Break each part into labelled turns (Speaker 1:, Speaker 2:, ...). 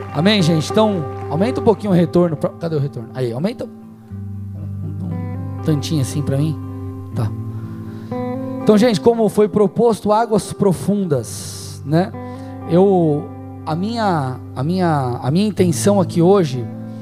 Speaker 1: Amém, gente? Então, aumenta um pouquinho o retorno. Cadê o retorno? Aí, aumenta um tantinho assim para mim. Tá. Então, gente, como foi proposto, águas profundas, né? A minha intenção aqui hoje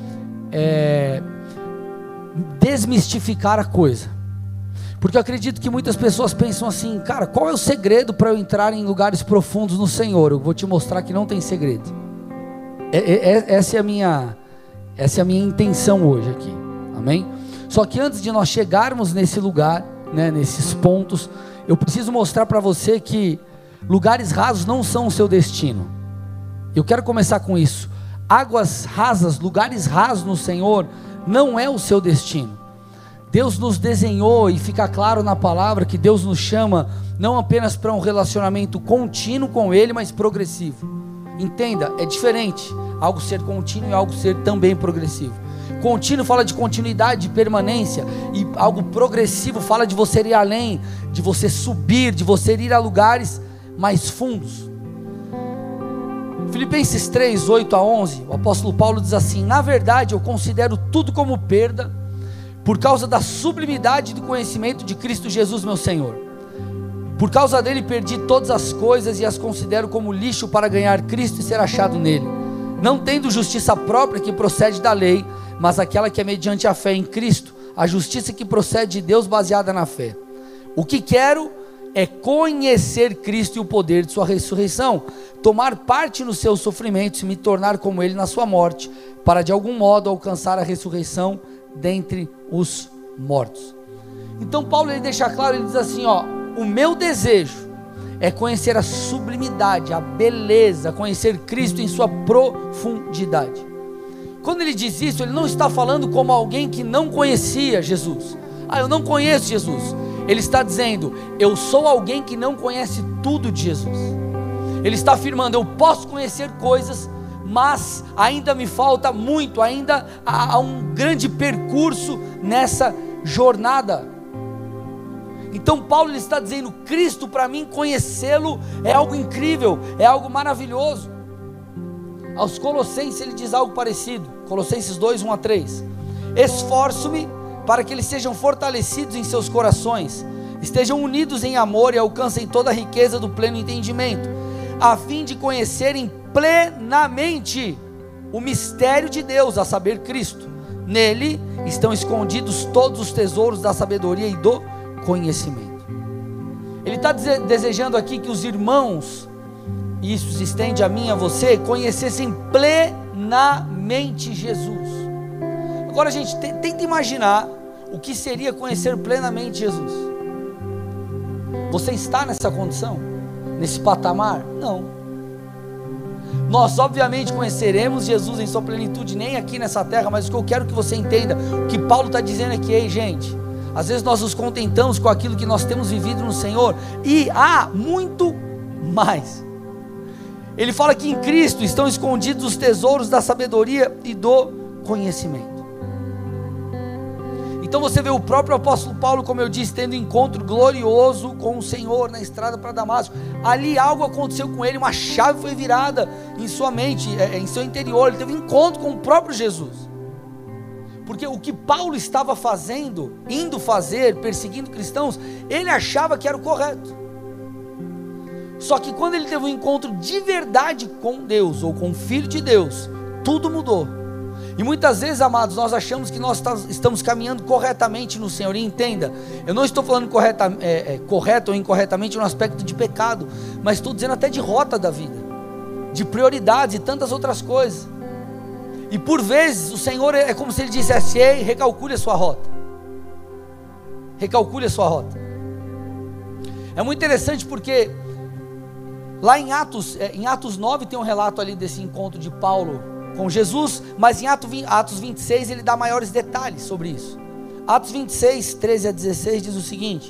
Speaker 1: é desmistificar a coisa. Porque eu acredito que muitas pessoas pensam assim: cara, qual é o segredo para eu entrar em lugares profundos no Senhor? Eu vou te mostrar que não tem segredo. Essa é a minha intenção hoje aqui, amém? Só que antes de nós chegarmos nesse lugar, né, nesses pontos, eu preciso mostrar para você que lugares rasos não são o seu destino. Eu quero começar com isso. Águas rasas, lugares rasos no Senhor, não é o seu destino. Deus nos desenhou, e fica claro na palavra que Deus nos chama não apenas para um relacionamento contínuo com Ele, mas progressivo. Entenda, é diferente algo ser contínuo e algo ser também progressivo. Contínuo fala de continuidade, de permanência, e algo progressivo fala de você ir além, de você subir, de você ir a lugares mais fundos. Filipenses 3, 8 a 11, o apóstolo Paulo diz assim: na verdade eu considero tudo como perda, por causa da sublimidade do conhecimento de Cristo Jesus meu Senhor. Por causa dele perdi todas as coisas e as considero como lixo para ganhar Cristo e ser achado nele, não tendo justiça própria que procede da lei, mas aquela que é mediante a fé em Cristo, a justiça que procede de Deus baseada na fé. O que quero é conhecer Cristo e o poder de sua ressurreição, tomar parte nos seus sofrimentos e me tornar como ele na sua morte, para de algum modo alcançar a ressurreição dentre os mortos. Então Paulo, ele deixa claro, ele diz assim, o meu desejo é conhecer a sublimidade, a beleza, conhecer Cristo em sua profundidade. Quando ele diz isso, ele não está falando como alguém que não conhecia Jesus. Eu não conheço Jesus. Ele está dizendo: eu sou alguém que não conhece tudo de Jesus. Ele está afirmando: eu posso conhecer coisas, mas ainda me falta muito, ainda há um grande percurso nessa jornada. Então Paulo, ele está dizendo: Cristo, para mim conhecê-lo é algo incrível, é algo maravilhoso. Aos Colossenses ele diz algo parecido, Colossenses 2, 1 a 3, esforço-me para que eles sejam fortalecidos em seus corações, estejam unidos em amor e alcancem toda a riqueza do pleno entendimento, a fim de conhecerem plenamente o mistério de Deus, a saber, Cristo. Nele estão escondidos todos os tesouros da sabedoria e do conhecimento. Ele está desejando aqui que os irmãos, e isso se estende a mim e a você, conhecessem plenamente Jesus. Agora, gente, tenta imaginar o que seria conhecer plenamente Jesus. Você está nessa condição? Nesse patamar? Não. Nós obviamente conheceremos Jesus em sua plenitude, nem aqui nessa terra, mas o que eu quero que você entenda, o que Paulo está dizendo é que, ei gente, às vezes nós nos contentamos com aquilo que nós temos vivido no Senhor, e há muito mais. Ele fala que em Cristo estão escondidos os tesouros da sabedoria e do conhecimento. Então você vê o próprio apóstolo Paulo, como eu disse, tendo um encontro glorioso com o Senhor na estrada para Damasco. Ali algo aconteceu com ele, uma chave foi virada em sua mente, em seu interior. Ele teve um encontro com o próprio Jesus. Porque o que Paulo estava fazendo, indo fazer, perseguindo cristãos, ele achava que era o correto. Só que quando ele teve um encontro de verdade com Deus, ou com o Filho de Deus, tudo mudou. E muitas vezes, amados, nós achamos que nós estamos caminhando corretamente no Senhor. E entenda, eu não estou falando correto ou incorretamente no aspecto de pecado, mas estou dizendo até de rota da vida, de prioridades e tantas outras coisas. E por vezes o Senhor é como se ele dissesse: ei, recalcule a sua rota. Recalcule a sua rota. É muito interessante porque lá em Atos 9 tem um relato ali desse encontro de Paulo com Jesus, mas em Atos 26 ele dá maiores detalhes sobre isso. Atos 26, 13 a 16 diz o seguinte: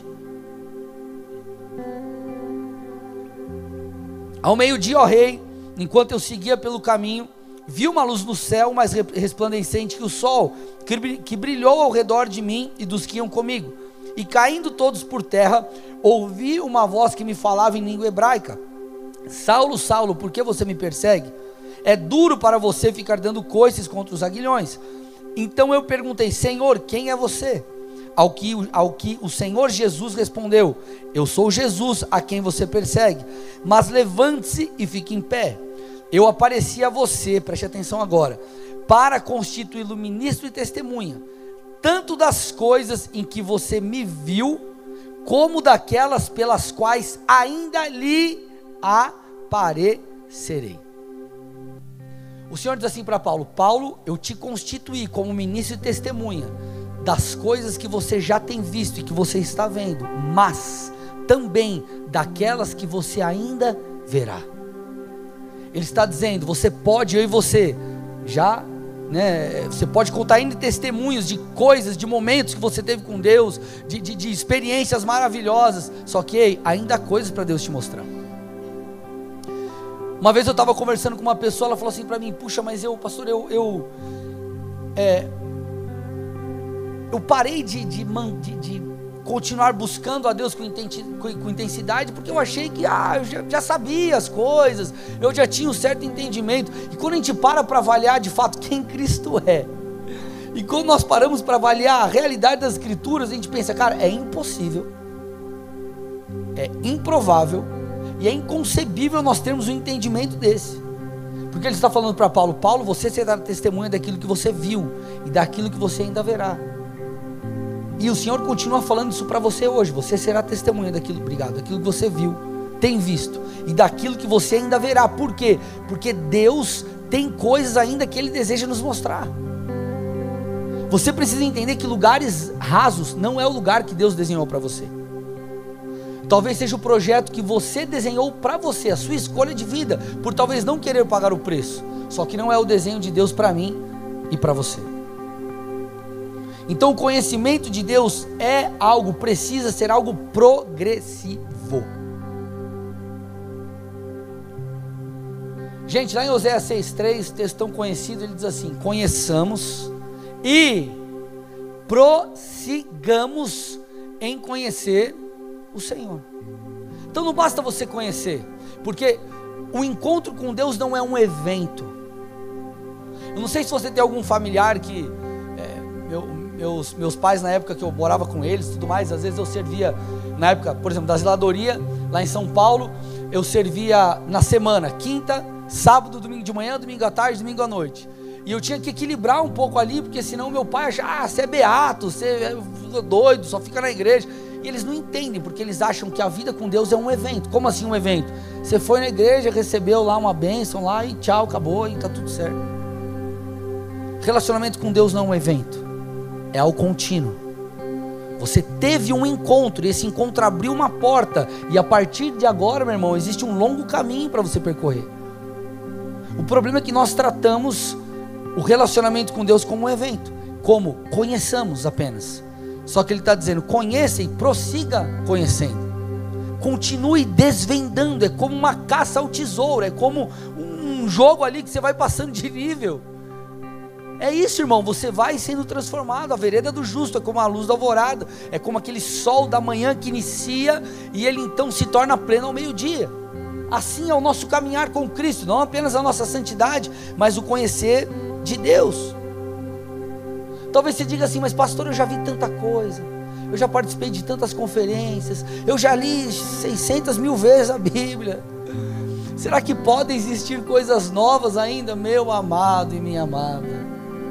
Speaker 1: ao meio-dia, ó rei, enquanto eu seguia pelo caminho, vi uma luz no céu mais resplandecente que o sol, que brilhou ao redor de mim e dos que iam comigo, e caindo todos por terra, ouvi uma voz que me falava em língua hebraica: Saulo, Saulo, por que você me persegue? É duro para você ficar dando coices contra os aguilhões. Então eu perguntei: Senhor, quem é você? Ao que o Senhor Jesus respondeu: eu sou Jesus a quem você persegue, mas levante-se e fique em pé. Eu apareci a você, preste atenção agora, para constituí-lo ministro e testemunha, tanto das coisas em que você me viu, como daquelas pelas quais ainda lhe aparecerei. O Senhor diz assim para Paulo: Paulo, eu te constituí como ministro e testemunha das coisas que você já tem visto e que você está vendo, mas também daquelas que você ainda verá. Ele está dizendo: você pode, eu e você, já, você pode contar ainda testemunhos de coisas, de momentos que você teve com Deus, de experiências maravilhosas, só que ainda há coisas para Deus te mostrar. Uma vez eu estava conversando com uma pessoa, ela falou assim para mim: puxa, mas pastor, eu parei de continuar buscando a Deus com intensidade, porque eu achei que eu já sabia as coisas, eu já tinha um certo entendimento. E quando a gente para avaliar de fato quem Cristo é, e quando nós paramos para avaliar a realidade das Escrituras, a gente pensa: cara, é impossível, é improvável e é inconcebível nós termos um entendimento desse. Porque ele está falando para Paulo: Paulo, você será testemunha daquilo que você viu e daquilo que você ainda verá. E o Senhor continua falando isso para você hoje: você será testemunha daquilo, daquilo que você viu, tem visto, e daquilo que você ainda verá. Por quê? Porque Deus tem coisas ainda que Ele deseja nos mostrar. Você precisa entender que lugares rasos não é o lugar que Deus desenhou para você. Talvez seja o projeto que você desenhou para você, a sua escolha de vida, por talvez não querer pagar o preço. Só que não é o desenho de Deus para mim e para você. Então o conhecimento de Deus precisa ser algo progressivo. Gente, lá em Oséias 6,3, texto tão conhecido, ele diz assim: conheçamos e prossigamos em conhecer o Senhor. Então não basta você conhecer, porque o encontro com Deus não é um evento. Eu não sei se você tem algum familiar que meus pais, na época que eu morava com eles, tudo mais, às vezes eu servia, na época, por exemplo, da zeladoria, lá em São Paulo, eu servia na semana, quinta, sábado, domingo de manhã, domingo à tarde, domingo à noite, e eu tinha que equilibrar um pouco ali, porque senão meu pai achava: você é beato, você é doido, só fica na igreja. E eles não entendem, porque eles acham que a vida com Deus é um evento. Como assim um evento? Você foi na igreja, recebeu lá uma bênção lá e tchau, acabou e está tudo certo. Relacionamento com Deus não é um evento, é algo contínuo. Você teve um encontro, e esse encontro abriu uma porta, e a partir de agora, meu irmão, existe um longo caminho para você percorrer. O problema é que nós tratamos o relacionamento com Deus como um evento, como conheçamos apenas. Só que ele está dizendo: conheça e prossiga conhecendo, continue desvendando. É como uma caça ao tesouro, é como um jogo ali que você vai passando de nível. É isso, irmão, você vai sendo transformado. A vereda do justo é como a luz da alvorada, é como aquele sol da manhã que inicia e ele então se torna pleno ao meio-dia. Assim é o nosso caminhar com Cristo, não apenas a nossa santidade, mas o conhecer de Deus. Talvez você diga assim: mas pastor, eu já vi tanta coisa, eu já participei de tantas conferências, eu já li 600 mil vezes a Bíblia, será que podem existir coisas novas ainda? Meu amado e minha amada,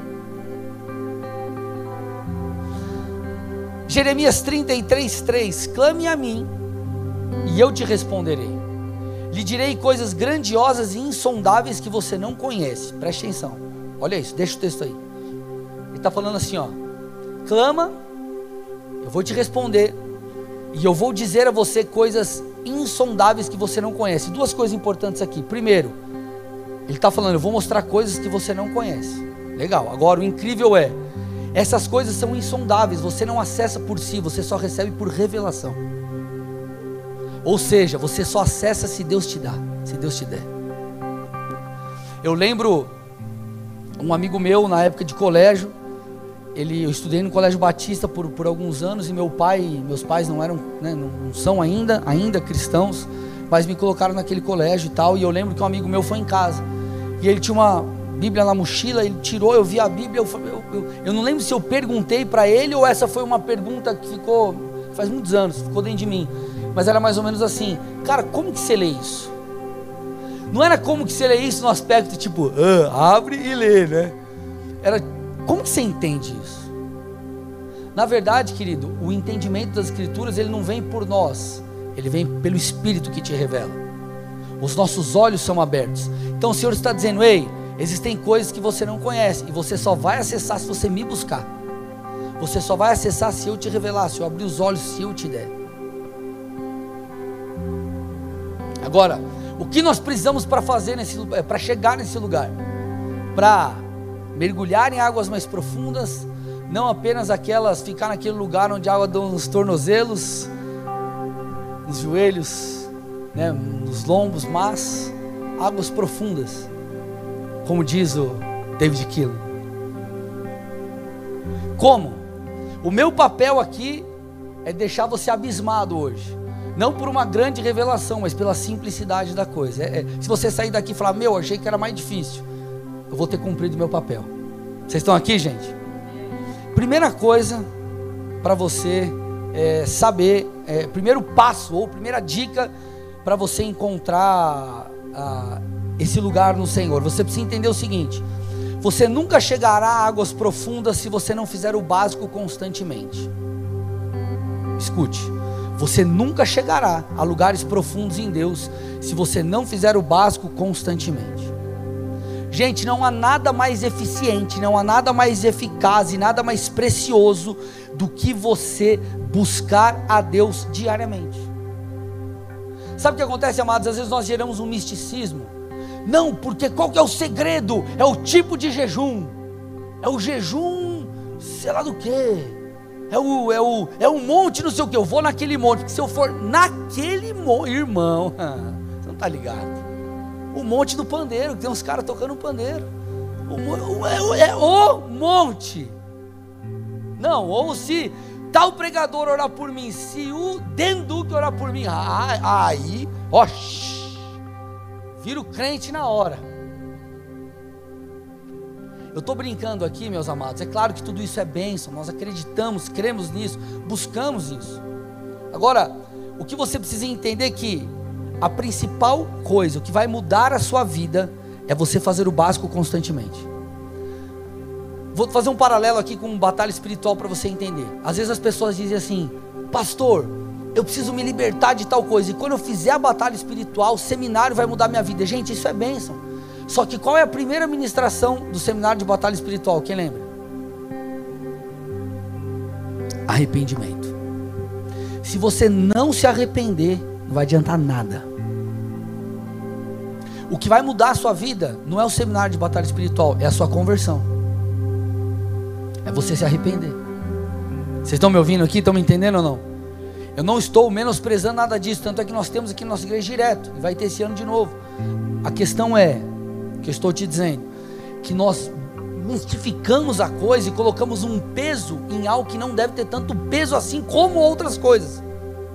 Speaker 1: Jeremias 33:3: clame a mim e eu te responderei, lhe direi coisas grandiosas e insondáveis que você não conhece. Preste atenção, olha isso, deixa o texto aí. Ele está falando assim, clama, eu vou te responder, e eu vou dizer a você coisas insondáveis que você não conhece. Duas coisas importantes aqui. Primeiro, ele está falando: eu vou mostrar coisas que você não conhece. Legal. Agora o incrível essas coisas são insondáveis, você não acessa por si, você só recebe por revelação. Ou seja, você só acessa se Deus te dá, se Deus te der. Eu lembro um amigo meu na época de colégio, eu estudei no Colégio Batista por alguns anos, e meus pais não eram, não são ainda cristãos, mas me colocaram naquele colégio e tal. E eu lembro que um amigo meu foi em casa, e ele tinha uma Bíblia na mochila, ele tirou, eu vi a Bíblia, eu não lembro se eu perguntei para ele, ou essa foi uma pergunta que ficou, faz muitos anos, ficou dentro de mim, mas era mais ou menos assim: cara, como que você lê isso? Não era como que você lê isso no aspecto tipo, abre e lê, né? Era, como que você entende isso? Na verdade, querido, o entendimento das Escrituras, ele não vem por nós, ele vem pelo Espírito que te revela. Os nossos olhos são abertos. Então o Senhor está dizendo: ei, existem coisas que você não conhece, e você só vai acessar se você me buscar. Você só vai acessar se eu te revelar, se eu abrir os olhos, se eu te der. Agora, o que nós precisamos para fazer para chegar nesse lugar? Para mergulhar em águas mais profundas, não apenas aquelas, ficar naquele lugar onde a água dá nos tornozelos, nos joelhos, né, nos lombos, mas águas profundas, como diz o David Keelan. Como? O meu papel aqui é deixar você abismado hoje, não por uma grande revelação, mas pela simplicidade da coisa. Se você sair daqui e falar: meu, achei que era mais difícil, eu vou ter cumprido o meu papel. Vocês estão aqui, gente? Primeira coisa para você saber, primeiro passo ou primeira dica para você encontrar esse lugar no Senhor, você precisa entender o seguinte: você nunca chegará a águas profundas se você não fizer o básico constantemente. Escute, você nunca chegará a lugares profundos em Deus se você não fizer o básico constantemente. Gente, não há nada mais eficiente, não há nada mais eficaz e nada mais precioso do que você buscar a Deus diariamente. Sabe o que acontece, amados? Às vezes nós geramos um misticismo. Não, porque qual que é o segredo? É o tipo de jejum. É o jejum, sei lá do que. É um monte, não sei o que. Eu vou naquele monte, porque se eu for naquele monte, irmão, você não está ligado. O monte do pandeiro, que tem uns caras tocando pandeiro. É o monte. Não, ou se tal pregador orar por mim, se o Denduque orar por mim, aí, ó, vira o crente na hora. Eu estou brincando aqui, meus amados. É claro que tudo isso é bênção, nós acreditamos, cremos nisso, buscamos isso. Agora, o que você precisa entender é que a principal coisa, o que vai mudar a sua vida, é você fazer o básico constantemente. Vou fazer um paralelo aqui com batalha espiritual para você entender. Às vezes as pessoas dizem assim: pastor, eu preciso me libertar de tal coisa, e quando eu fizer a batalha espiritual, o seminário vai mudar minha vida. Gente, isso é bênção. Só que qual é a primeira ministração do seminário de batalha espiritual? Quem lembra? Arrependimento. Se você não se arrepender, não vai adiantar nada. O que vai mudar a sua vida não é o seminário de batalha espiritual, é a sua conversão. É você se arrepender. Vocês estão me ouvindo aqui? Estão me entendendo ou não? Eu não estou menosprezando nada disso, tanto é que nós temos aqui na nossa igreja direto, e vai ter esse ano de novo. A questão é, que eu estou te dizendo, que nós mistificamos a coisa e colocamos um peso em algo que não deve ter tanto peso assim como outras coisas.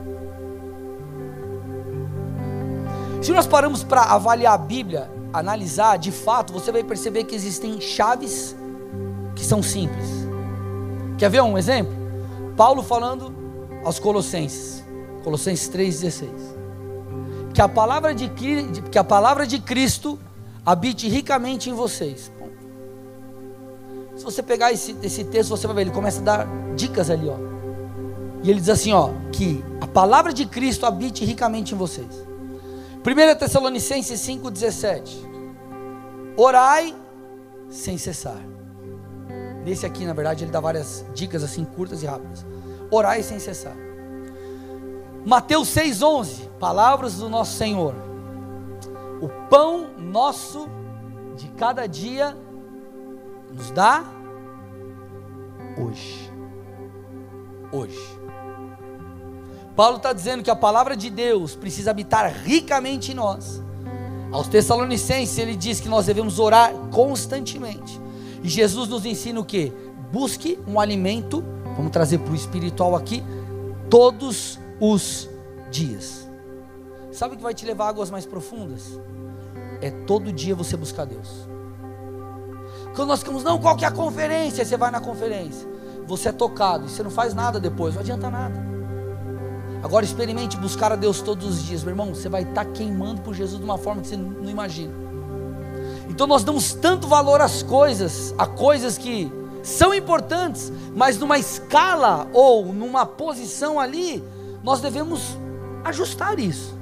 Speaker 1: Se nós paramos para avaliar a Bíblia, analisar, de fato, você vai perceber que existem chaves que são simples. Quer ver um exemplo? Paulo falando aos Colossenses 3,16, que a palavra de Cristo habite ricamente em vocês. Bom, se você pegar esse texto, você vai ver, ele começa a dar dicas ali, ó. E ele diz assim, ó, que a palavra de Cristo habite ricamente em vocês. 1 Tessalonicenses 5,17, orai sem cessar. Nesse aqui, na verdade, ele dá várias dicas assim, curtas e rápidas. Orai sem cessar. Mateus 6,11, palavras do nosso Senhor: o pão nosso de cada dia nos dá hoje. Hoje. Paulo está dizendo que a palavra de Deus precisa habitar ricamente em nós. Aos Tessalonicenses ele diz que nós devemos orar constantemente. E Jesus nos ensina o que? Busque um alimento, vamos trazer para o espiritual aqui, todos os dias. Sabe o que vai te levar a águas mais profundas? é todo dia você buscar Deus. Quando nós ficamos, não, qual que é a conferência? Aí você vai na conferência, você é tocado, e você não faz nada depois, não adianta nada. Agora experimente buscar a Deus todos os dias, meu irmão, você vai estar queimando por Jesus de uma forma que você não imagina. Então nós damos tanto valor às coisas, a coisas que são importantes, mas numa escala ou numa posição ali, nós devemos ajustar isso.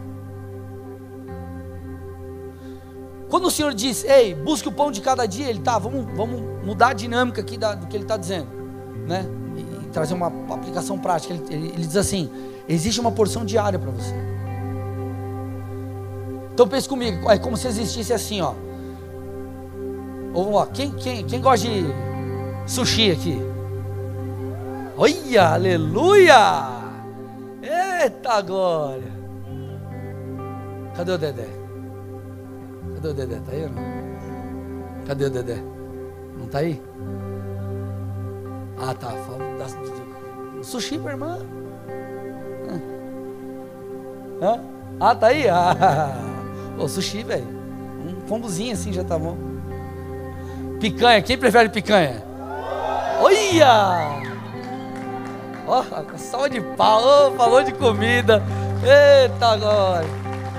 Speaker 1: Quando o Senhor diz, ei, busque o pão de cada dia, Ele vamos mudar a dinâmica aqui do que Ele está dizendo, né? E trazer uma aplicação prática. Ele diz assim, existe uma porção diária para você. Então pense comigo, é como se existisse assim, ó. Ou, quem gosta de sushi aqui? Olha, aleluia! Eita glória! Cadê o Dedé? Cadê o Dedé? Tá aí ou não? Cadê o Dedé? Não tá aí? Ah, tá. Sushi pra irmã. Ah, tá aí? Ô, sushi, velho. Um combozinho assim já tá bom. Picanha, quem prefere picanha? Olha! Ó, salva de pau, falou de comida. Eita glória!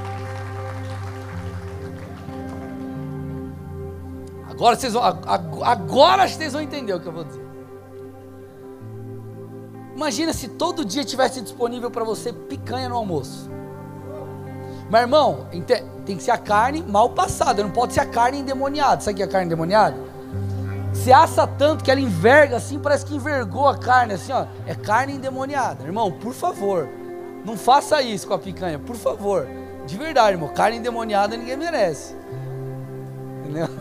Speaker 1: Agora vocês vão entender o que eu vou dizer. Imagina se todo dia tivesse disponível para você picanha no almoço. Mas irmão, tem que ser a carne mal passada, não pode ser a carne endemoniada. Sabe o que é a carne endemoniada? Você assa tanto que ela enverga assim, parece que envergou a carne assim, ó. É carne endemoniada. Irmão, por favor, não faça isso com a picanha, por favor. De verdade, irmão, carne endemoniada ninguém merece. Entendeu?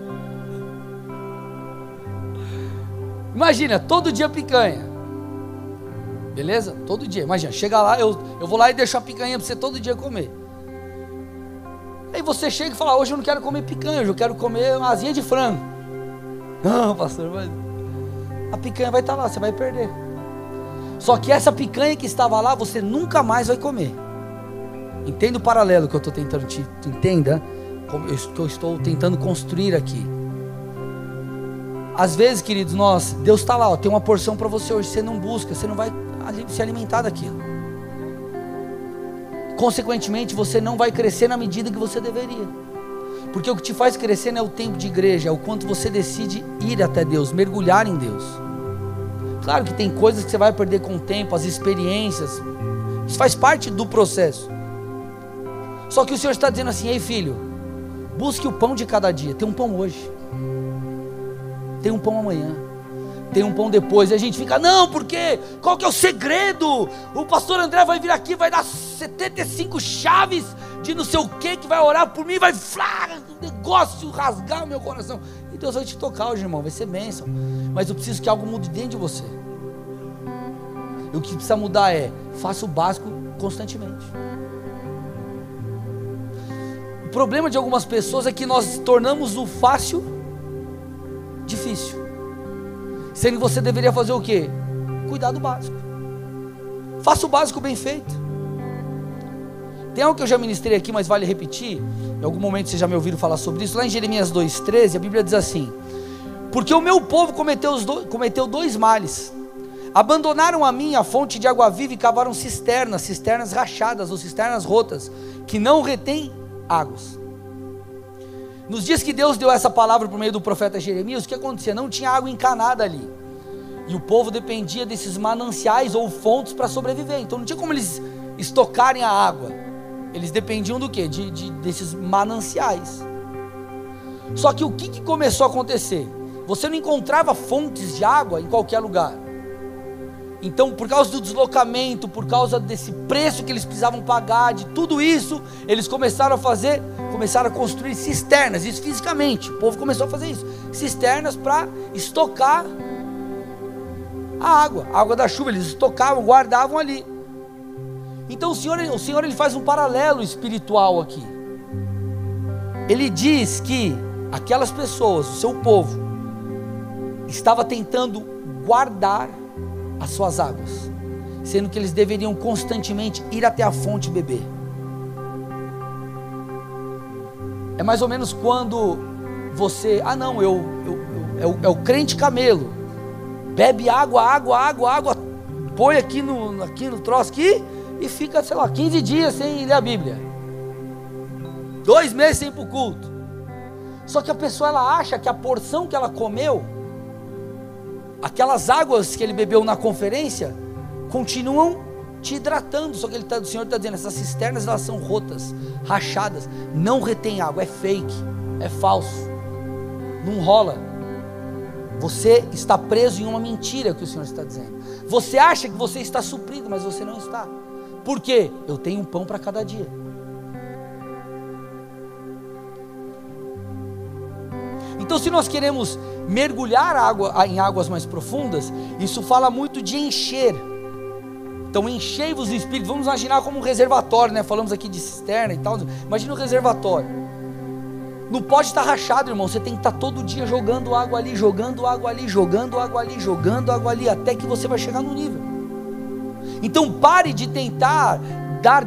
Speaker 1: Imagina, todo dia picanha. Beleza? Todo dia. Imagina, chega lá, eu vou lá e deixo a picanha para você todo dia comer. Aí você chega e fala, hoje eu não quero comer picanha, hoje eu quero comer uma asinha de frango. Não, pastor, mas a picanha vai estar lá, você vai perder. Só que essa picanha que estava lá, você nunca mais vai comer. Entenda o paralelo que eu estou tentando entenda, como eu estou tentando construir aqui. Às vezes, queridos, Deus está lá, ó, tem uma porção para você hoje, você não busca, você não vai se alimentar daquilo. Consequentemente, você não vai crescer na medida que você deveria. Porque o que te faz crescer não é o tempo de igreja, é o quanto você decide ir até Deus, mergulhar em Deus. Claro que tem coisas que você vai perder com o tempo, as experiências, isso faz parte do processo. Só que o Senhor está dizendo assim, ei filho, busque o pão de cada dia, tem um pão hoje, tem um pão amanhã, tem um pão depois. E a gente fica, não, porque qual que é o segredo? O pastor André vai vir aqui, vai dar 75 chaves de não sei o que vai orar por mim, vai um negócio rasgar o meu coração. E Deus vai te tocar hoje, irmão, vai ser bênção. Mas eu preciso que algo mude dentro de você. E o que precisa mudar é, faça o básico constantemente. O problema de algumas pessoas é que nós tornamos o fácil difícil. Sendo que você deveria fazer o quê? Cuidar do básico. Faça o básico bem feito. Tem algo que eu já ministrei aqui, mas vale repetir. Em algum momento vocês já me ouviram falar sobre isso. Lá em Jeremias 2,13, a Bíblia diz assim: porque o meu povo cometeu dois males. Abandonaram a mim a fonte de água viva e cavaram cisternas rachadas ou cisternas rotas, que não retêm águas. Nos dias que Deus deu essa palavra por meio do profeta Jeremias, o que acontecia? Não tinha água encanada ali. E o povo dependia desses mananciais ou fontes para sobreviver. Então não tinha como eles estocarem a água. Eles dependiam do quê? Desses mananciais. Só que o que começou a acontecer? Você não encontrava fontes de água em qualquer lugar. Então, por causa do deslocamento, por causa desse preço que eles precisavam pagar, de tudo isso, eles começaram a construir cisternas, isso fisicamente, o povo começou a fazer isso, cisternas para estocar a água da chuva, eles estocavam, guardavam ali. Então o Senhor ele faz um paralelo espiritual aqui. Ele diz que aquelas pessoas, o seu povo, estava tentando guardar as suas águas, sendo que eles deveriam constantemente ir até a fonte e beber. É mais ou menos quando você, é o crente camelo, bebe água, põe aqui no troço aqui, e fica, 15 dias sem ler a Bíblia, 2 meses sem ir para o culto. Só que a pessoa, ela acha que a porção que ela comeu, aquelas águas que ele bebeu na conferência, continuam te hidratando. Só que o Senhor está dizendo, essas cisternas, elas são rotas, rachadas, não retém água, é fake, é falso, não rola. Você está preso em uma mentira, que o Senhor está dizendo. Você acha que você está suprido, mas você não está. Por quê? Eu tenho um pão para cada dia. Então, se nós queremos mergulhar em águas mais profundas, isso fala muito de encher. Então, enchei-vos do Espírito. Vamos imaginar como um reservatório, né? Falamos aqui de cisterna e tal. Imagina um reservatório. Não pode estar rachado, irmão. Você tem que estar todo dia jogando água ali, até que você vai chegar no nível. Então pare de tentar dar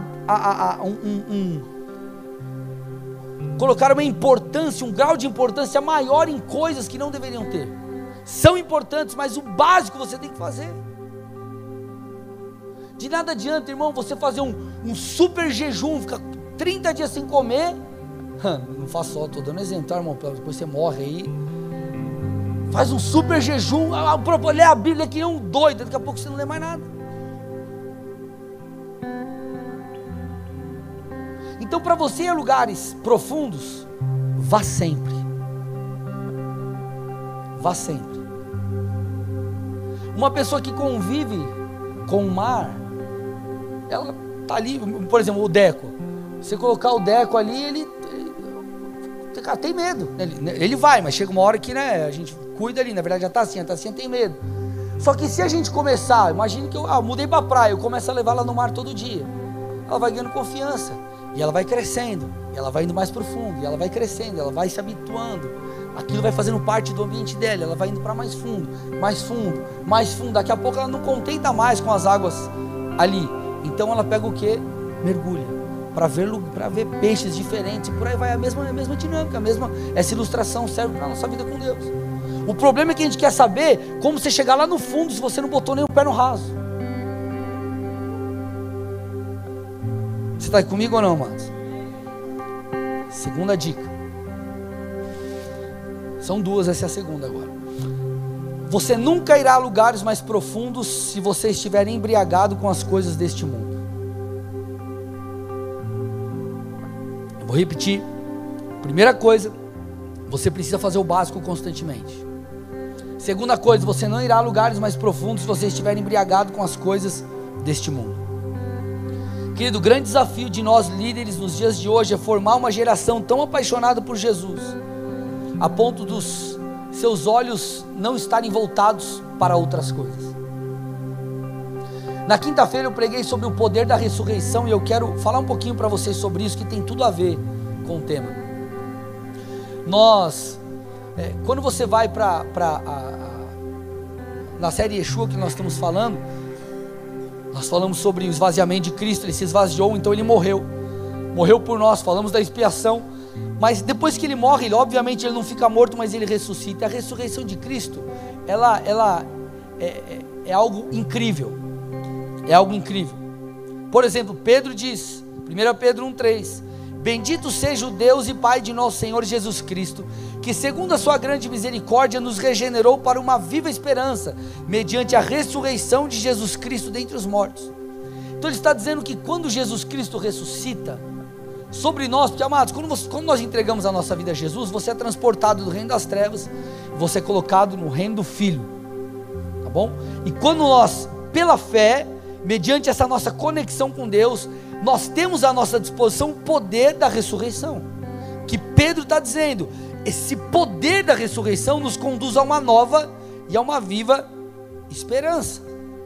Speaker 1: colocar uma importância, um grau de importância maior em coisas que não deveriam ter. São importantes, mas o básico você tem que fazer. De nada adianta, irmão, você fazer um super jejum, ficar 30 dias sem comer. Não faço só, estou dando exemplo, tá, irmão? Depois você morre aí. Faz um super jejum, lê a Bíblia que é um doido, daqui a pouco você não lê mais nada. Então, para você ir a lugares profundos, vá sempre. Vá sempre. Uma pessoa que convive com o mar, ela está ali, por exemplo, o Deco. Você colocar o Deco ali, ele tem medo. Ele vai, mas chega uma hora que, né, a gente cuida ali, na verdade a Tacinha tem medo. Só que se a gente começar, imagine que eu mudei para a praia, eu começo a levar ela no mar todo dia. Ela vai ganhando confiança. E ela vai crescendo, ela vai indo mais profundo, e ela vai crescendo, ela vai se habituando, aquilo vai fazendo parte do ambiente dela, ela vai indo para mais fundo, daqui a pouco ela não contenta mais com as águas ali, então ela pega o que? Mergulha, para ver peixes diferentes, e por aí vai, a mesma dinâmica, essa ilustração serve para a nossa vida com Deus. O problema é que a gente quer saber como você chegar lá no fundo, se você não botou nem o pé no raso. Você está comigo ou não, amados? Segunda dica. São duas, essa é a segunda agora. Você nunca irá a lugares mais profundos se você estiver embriagado com as coisas deste mundo. Eu vou repetir. Primeira coisa, você precisa fazer o básico constantemente. Segunda coisa, você não irá a lugares mais profundos se você estiver embriagado com as coisas deste mundo. Querido, o grande desafio de nós líderes nos dias de hoje é formar uma geração tão apaixonada por Jesus, a ponto dos seus olhos não estarem voltados para outras coisas. Na quinta-feira eu preguei sobre o poder da ressurreição e eu quero falar um pouquinho para vocês sobre isso, que tem tudo a ver com o tema. Quando você vai na série Yeshua que nós estamos falando, nós falamos sobre o esvaziamento de Cristo. Ele se esvaziou, então ele morreu por nós, falamos da expiação, mas depois que ele morre, obviamente ele não fica morto, mas ele ressuscita. A ressurreição de Cristo, ela é algo incrível, por exemplo, Pedro diz, 1 Pedro 1,3, bendito seja o Deus e Pai de nosso Senhor Jesus Cristo, que segundo a sua grande misericórdia nos regenerou para uma viva esperança, mediante a ressurreição de Jesus Cristo dentre os mortos. Então ele está dizendo que quando Jesus Cristo ressuscita sobre nós, porque amados, quando nós entregamos a nossa vida a Jesus, você é transportado do reino das trevas, você é colocado no reino do Filho, tá bom? E quando nós, pela fé, mediante essa nossa conexão com Deus, nós temos à nossa disposição o poder da ressurreição, que Pedro está dizendo, esse poder da ressurreição nos conduz a uma nova e a uma viva esperança.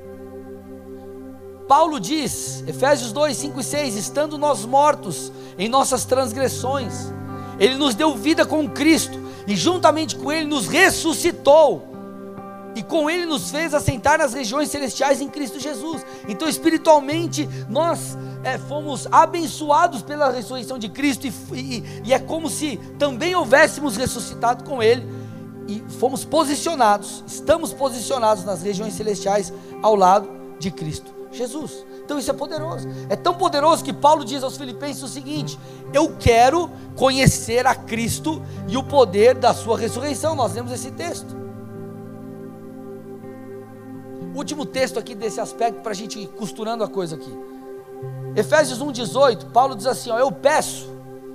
Speaker 1: Paulo diz, Efésios 2, 5 e 6, estando nós mortos em nossas transgressões, Ele nos deu vida com Cristo, e juntamente com Ele nos ressuscitou, e com Ele nos fez assentar nas regiões celestiais em Cristo Jesus. Então espiritualmente nós fomos abençoados pela ressurreição de Cristo, e é como se também houvéssemos ressuscitado com Ele, e fomos posicionados, estamos posicionados nas regiões celestiais ao lado de Cristo Jesus. Então isso é poderoso, é tão poderoso que Paulo diz aos Filipenses o seguinte: eu quero conhecer a Cristo e o poder da sua ressurreição. Nós lemos esse texto. Último texto aqui desse aspecto, para a gente ir costurando a coisa aqui, Efésios 1,18, Paulo diz assim, ó: eu peço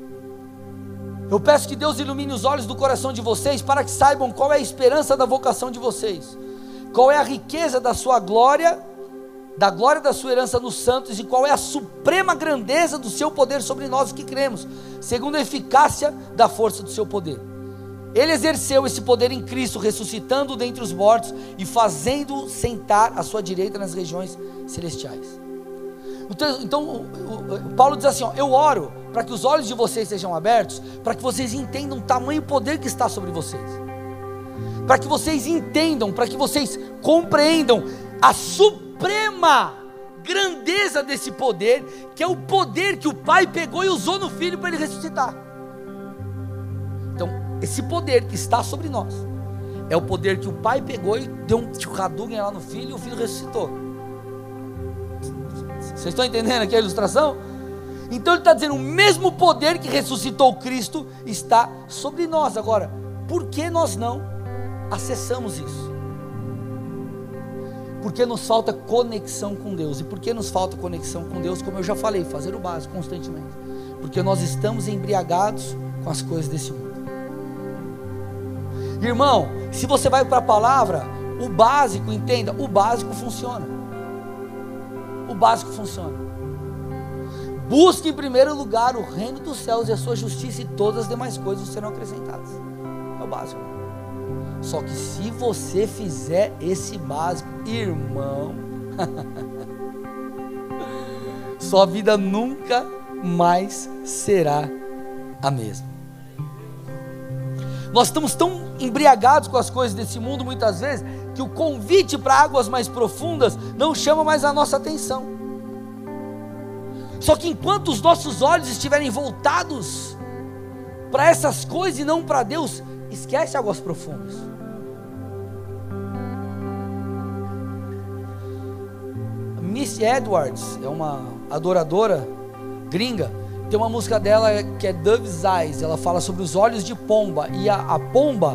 Speaker 1: que Deus ilumine os olhos do coração de vocês, para que saibam qual é a esperança da vocação de vocês, qual é a riqueza da sua glória, da glória da sua herança nos santos, e qual é a suprema grandeza do seu poder sobre nós que cremos, segundo a eficácia da força do seu poder. Ele exerceu esse poder em Cristo, ressuscitando dentre os mortos e fazendo-o sentar à sua direita nas regiões celestiais. Então Paulo diz assim, ó: eu oro para que os olhos de vocês sejam abertos, para que vocês entendam o tamanho poder que está sobre vocês, para que vocês entendam, para que vocês compreendam a suprema grandeza desse poder, que é o poder que o Pai pegou e usou no Filho para ele ressuscitar. Então esse poder que está sobre nós é o poder que o Pai pegou e deu um Hadouken lá no Filho, e o Filho ressuscitou. Vocês estão entendendo aqui a ilustração? Então ele está dizendo, o mesmo poder que ressuscitou Cristo está sobre nós. Agora, por que nós não acessamos isso? Porque nos falta conexão com Deus. E por que nos falta conexão com Deus? Como eu já falei, fazer o básico constantemente. Porque nós estamos embriagados com as coisas desse mundo. Irmão, se você vai para a palavra, o básico, entenda, o básico funciona. O básico funciona. Busque em primeiro lugar o reino dos céus e a sua justiça, e todas as demais coisas serão acrescentadas. É o básico. Só que se você fizer esse básico, irmão, sua vida nunca mais será a mesma. Nós estamos tão embriagados com as coisas desse mundo, muitas vezes, que o convite para águas mais profundas não chama mais a nossa atenção. Só que enquanto os nossos olhos estiverem voltados para essas coisas e não para Deus, esquece águas profundas. Missy Edwards é uma adoradora gringa. Tem uma música dela que é Dove's Eyes. Ela fala sobre os olhos de pomba. E a pomba,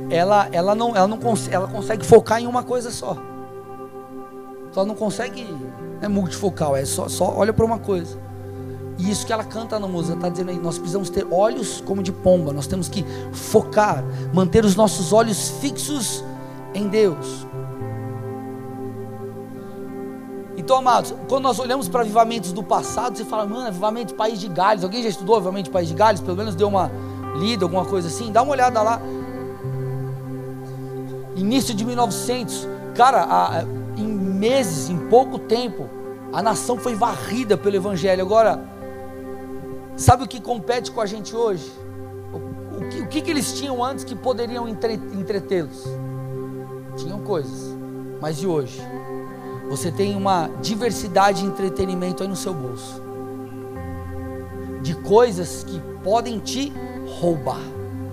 Speaker 1: ela consegue focar em uma coisa só. Ela não consegue, é multifocal, é só olha para uma coisa. E isso que ela canta na música, está dizendo aí, nós precisamos ter olhos como de pomba. Nós temos que focar, manter os nossos olhos fixos em Deus. Então, amados, quando nós olhamos para avivamentos do passado, você fala, mano, avivamento de País de Gales. Alguém já estudou avivamento de País de Gales? Pelo menos deu uma lida, alguma coisa assim. Dá uma olhada lá. Início de 1900, cara, em meses, em pouco tempo, a nação foi varrida pelo Evangelho. Agora, sabe o que compete com a gente hoje? O que eles tinham antes que poderiam entretê-los? Tinham coisas, mas e hoje? Você tem uma diversidade de entretenimento aí no seu bolso, de coisas que podem te roubar.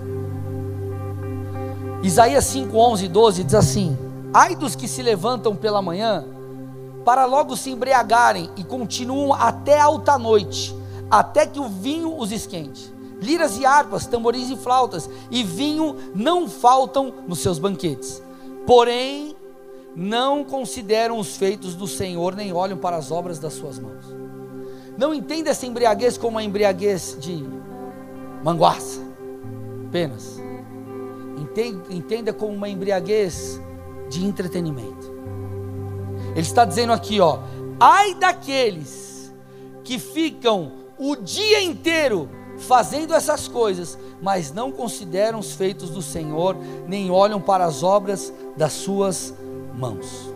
Speaker 1: Isaías 5, 11 e 12 diz assim: ai dos que se levantam pela manhã, para logo se embriagarem, e continuam até alta noite, até que o vinho os esquente. Liras e harpas, tamborins e flautas, e vinho não faltam nos seus banquetes. Porém, não consideram os feitos do Senhor, nem olham para as obras das suas mãos. Não entenda essa embriaguez como uma embriaguez de manguaça, apenas. Entenda como uma embriaguez de entretenimento. Ele está dizendo aqui, ó: ai daqueles que ficam o dia inteiro fazendo essas coisas, mas não consideram os feitos do Senhor, nem olham para as obras das suas mãos.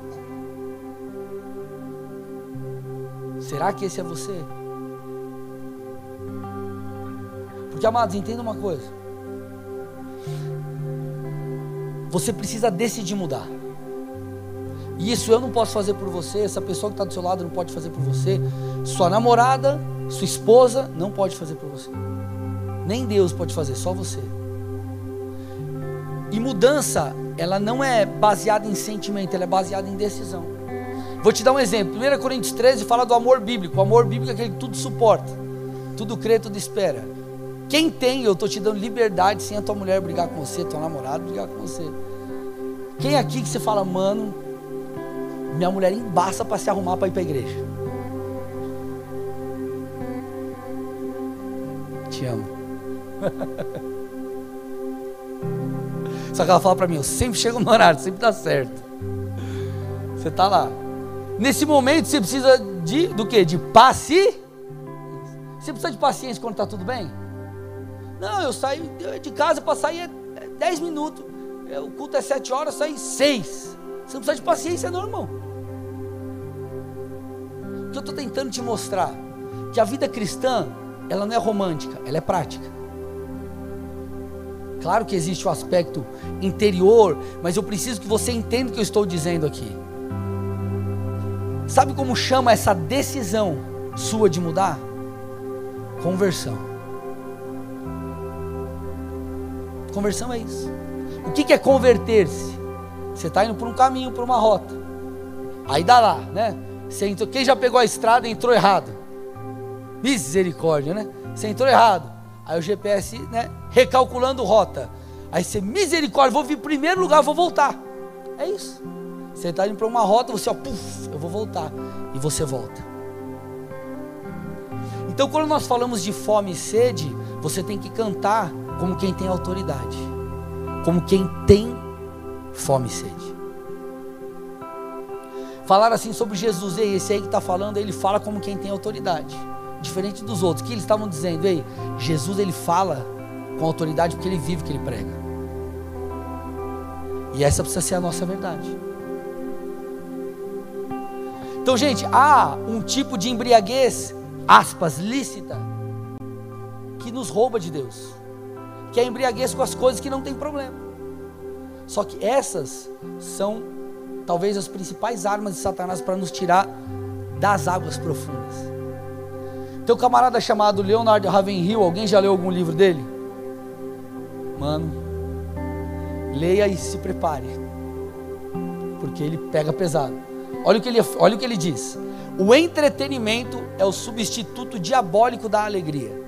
Speaker 1: Será que esse é você? Porque, amados, entenda uma coisa: você precisa decidir mudar. E isso eu não posso fazer por você, essa pessoa que está do seu lado não pode fazer por você, sua namorada, sua esposa não pode fazer por você, nem Deus pode fazer, só você. E mudança, ela não é baseada em sentimento, ela é baseada em decisão. Vou te dar um exemplo. 1 Coríntios 13 fala do amor bíblico. O amor bíblico é aquele que tudo suporta, tudo crê, tudo espera. Quem tem, eu estou te dando liberdade sem a tua mulher brigar com você, teu namorado brigar com você. Quem aqui que você fala, mano, minha mulher embaça para se arrumar para ir para a igreja? Te amo. Só que ela fala para mim, eu sempre chego no horário, sempre dá certo. Você está lá. Nesse momento você precisa do quê? De paciência. Você precisa de paciência quando está tudo bem? Não, eu saio de casa para sair 10 minutos. O culto é 7 horas, eu saio 6. Você não precisa de paciência não, irmão. O que eu estou tentando te mostrar, que a vida cristã, ela não é romântica, ela é prática. Claro que existe o aspecto interior, mas eu preciso que você entenda o que eu estou dizendo aqui. Sabe como chama essa decisão sua de mudar? Conversão. Conversão é isso. O que é converter-se? Você está indo por um caminho, por uma rota. Aí dá lá, né? Você entrou, quem já pegou a estrada e entrou errado? Misericórdia, né? Você entrou errado. Aí o GPS, né? Recalculando rota. Aí você, misericórdia, vou vir em primeiro lugar, vou voltar. É isso. Você está indo para uma rota, você, ó, puf, eu vou voltar. E você volta. Então, quando nós falamos de fome e sede, você tem que cantar como quem tem autoridade, como quem tem fome e sede. Falar assim sobre Jesus, ei, esse aí que está falando, ele fala como quem tem autoridade, diferente dos outros, que eles estavam dizendo, ei, Jesus ele fala com autoridade porque ele vive o que ele prega. E essa precisa ser a nossa verdade. Então, gente, há um tipo de embriaguez, aspas, lícita, que nos rouba de Deus, que é a embriaguez com as coisas que não tem problema. Só que essas são talvez as principais armas de Satanás para nos tirar das águas profundas. Tem um camarada chamado Leonard Ravenhill, alguém já leu algum livro dele? Mano, leia e se prepare, porque ele pega pesado. Olha o que ele diz: o entretenimento é o substituto diabólico da alegria.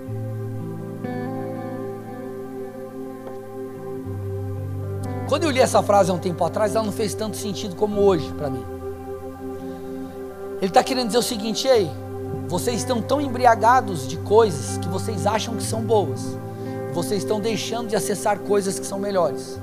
Speaker 1: Quando eu li essa frase há um tempo atrás, ela não fez tanto sentido como hoje para mim. Ele está querendo dizer o seguinte: ei, vocês estão tão embriagados de coisas que vocês acham que são boas, vocês estão deixando de acessar coisas que são melhores.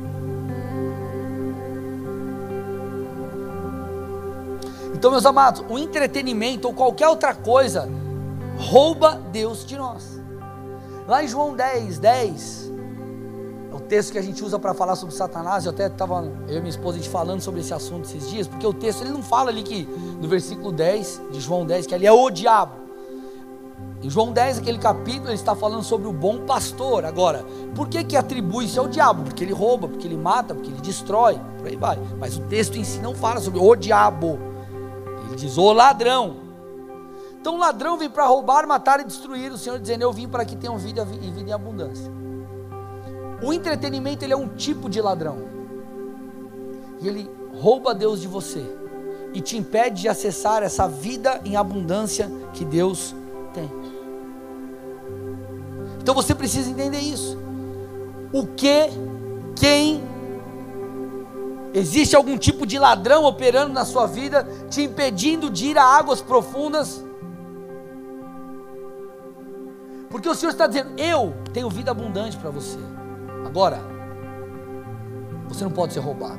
Speaker 1: Então, meus amados, o entretenimento ou qualquer outra coisa rouba Deus de nós. Lá em João 10, é o texto que a gente usa para falar sobre Satanás. Eu até estava, eu e minha esposa, a gente falando sobre esse assunto esses dias, porque o texto ele não fala ali que, no versículo 10 de João 10, que ali é o diabo. Em João 10, aquele capítulo, ele está falando sobre o bom pastor. Agora, por que atribui-se ao diabo? Porque ele rouba, porque ele mata, porque ele destrói, por aí vai. Mas o texto em si não fala sobre o diabo. Ele diz o ladrão. Então o ladrão vem para roubar, matar e destruir. O Senhor dizendo, eu vim para que tenham vida e vida em abundância. O entretenimento ele é um tipo de ladrão. E ele rouba Deus de você e te impede de acessar essa vida em abundância que Deus tem. Então você precisa entender isso. Quem existe algum tipo de ladrão operando na sua vida, te impedindo de ir a águas profundas? Porque o Senhor está dizendo, eu tenho vida abundante para você. Agora, você não pode ser roubado.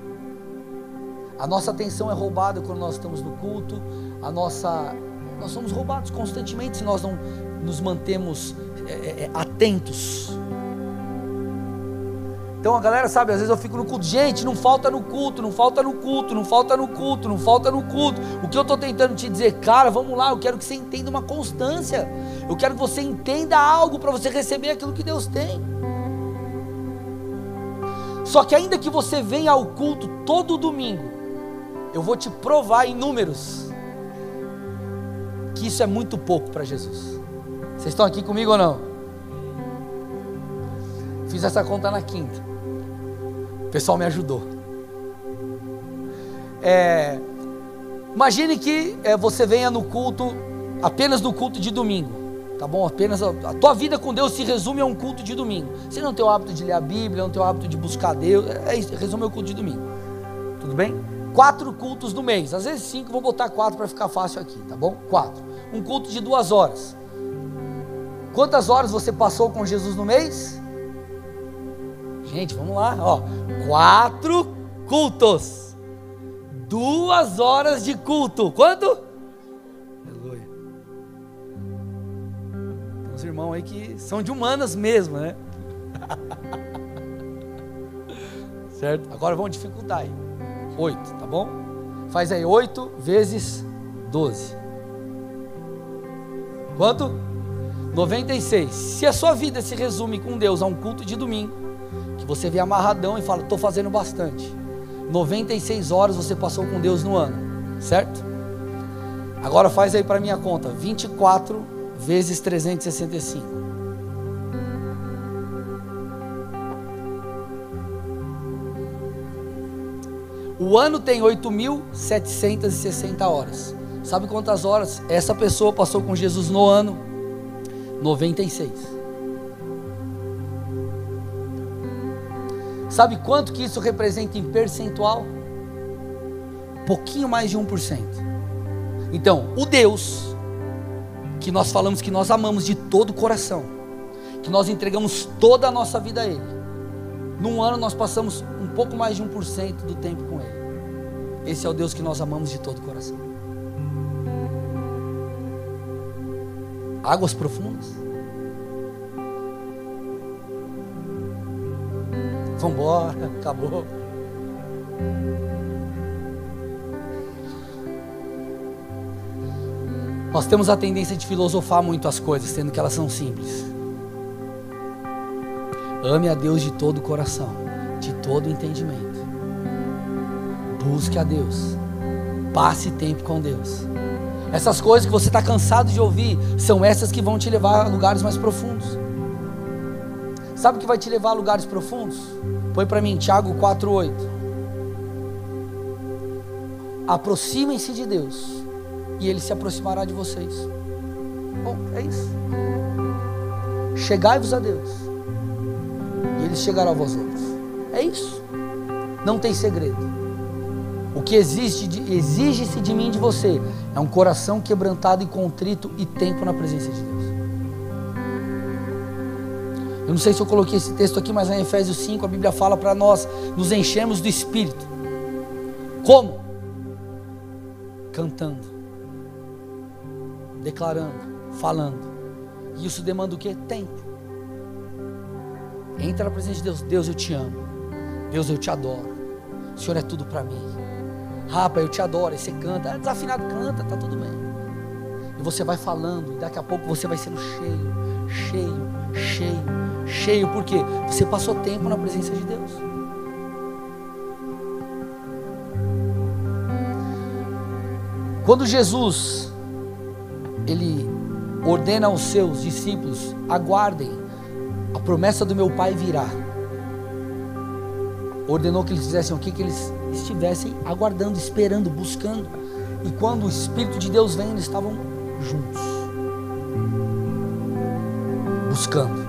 Speaker 1: A nossa atenção é roubada quando nós estamos no culto. Nós somos roubados constantemente se nós não nos mantemos atentos. Então a galera sabe, às vezes eu fico no culto, gente, não falta no culto, não falta no culto, não falta no culto, não falta no culto. O que eu estou tentando te dizer, cara, vamos lá, eu quero que você entenda uma constância. Eu quero que você entenda algo para você receber aquilo que Deus tem. Só que ainda que você venha ao culto todo domingo, eu vou te provar em números que isso é muito pouco para Jesus. Vocês estão aqui comigo ou não? Fiz essa conta na quinta. O pessoal me ajudou. Imagine que você venha no culto, apenas no culto de domingo, tá bom? Apenas a tua vida com Deus se resume a um culto de domingo. Você não tem o hábito de ler a Bíblia, não tem o hábito de buscar Deus, isso, resume ao culto de domingo. Tudo bem? 4 cultos no mês, às vezes 5, vou botar 4 para ficar fácil aqui, tá bom? 4. Um culto de 2 horas. Quantas horas você passou com Jesus no mês? Gente, vamos lá, ó. 4 cultos. 2 horas de culto. Quanto? Aleluia. Tem uns irmãos aí que são de humanas mesmo, né? Certo? Agora vamos dificultar aí. 8, tá bom? Faz aí 8 vezes 12. Quanto? 96. Se a sua vida se resume com Deus a um culto de domingo, que você vê amarradão e fala, estou fazendo bastante, 96 horas você passou com Deus no ano, certo? Agora faz aí para minha conta, 24 vezes 365. O ano tem 8.760 horas. Sabe quantas horas essa pessoa passou com Jesus no ano? 96. Sabe quanto que isso representa em percentual? Pouquinho mais de 1%. Então, o Deus que nós falamos que nós amamos de todo o coração, que nós entregamos toda a nossa vida a Ele, num ano nós passamos um pouco mais de 1% do tempo com Ele. Esse é o Deus que nós amamos de todo o coração. Águas profundas. Vambora, acabou. Nós temos a tendência de filosofar muito as coisas, sendo que elas são simples. Ame a Deus de todo o coração, de todo o entendimento. Busque a Deus. Passe tempo com Deus. Essas coisas que você está cansado de ouvir, são essas que vão te levar a lugares mais profundos. Sabe o que vai te levar a lugares profundos? Põe para mim, Tiago 4,8. Aproximem-se de Deus, e Ele se aproximará de vocês. Bom, é isso. Chegai-vos a Deus, e Ele chegará a vós outros. É isso. Não tem segredo. O que exige-se de mim e de você é um coração quebrantado e contrito e tempo na presença de Deus. Eu não sei se eu coloquei esse texto aqui, mas em Efésios 5 a Bíblia fala para nós nos enchermos do Espírito. Como? Cantando, declarando, falando. E isso demanda o quê? Tempo. Entra na presença de Deus. Deus, eu te amo. Deus, eu te adoro. O Senhor é tudo para mim. Rapaz, eu te adoro. Aí você canta, desafinado, canta, tá tudo bem. E você vai falando, e daqui a pouco você vai sendo cheio, porque você passou tempo na presença de Deus. Quando Jesus, Ele ordena aos seus discípulos, aguardem, a promessa do meu Pai virá. Ordenou que eles fizessem o que? Que eles estivessem aguardando, esperando, buscando. E quando o Espírito de Deus vem, eles estavam juntos, buscando.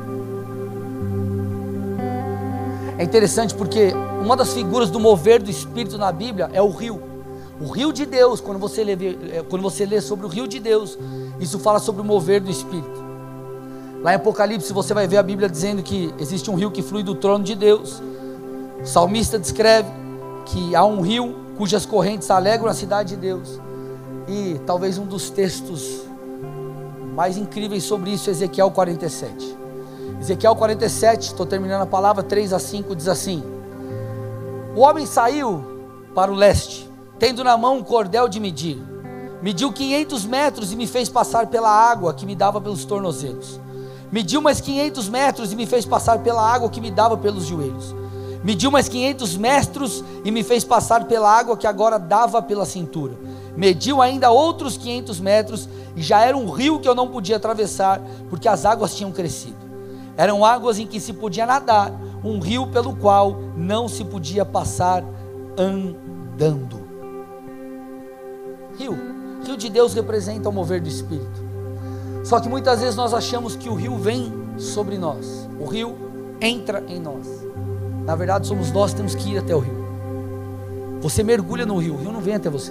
Speaker 1: É interessante porque uma das figuras do mover do Espírito na Bíblia é o rio. O rio de Deus, quando você lê sobre o rio de Deus, isso fala sobre o mover do Espírito. Lá em Apocalipse você vai ver a Bíblia dizendo que existe um rio que flui do trono de Deus. O salmista descreve que há um rio cujas correntes alegram a cidade de Deus. E talvez um dos textos mais incríveis sobre isso é Ezequiel 47. Ezequiel 47, estou terminando a palavra, 3-5, diz assim: o homem saiu para o leste, tendo na mão um cordel de medir. Mediu 500 metros e me fez passar pela água que me dava pelos tornozelos. Mediu mais 500 metros e me fez passar pela água que me dava pelos joelhos. Mediu mais 500 metros e me fez passar pela água que agora dava pela cintura. Mediu ainda outros 500 metros e já era um rio que eu não podia atravessar, porque as águas tinham crescido. Eram águas em que se podia nadar, um rio pelo qual não se podia passar andando. Rio de Deus representa o mover do Espírito. Só que muitas vezes nós achamos que o rio vem sobre nós, o rio entra em nós. Na verdade somos nós que temos que ir até o rio. Você mergulha no rio, o rio não vem até você.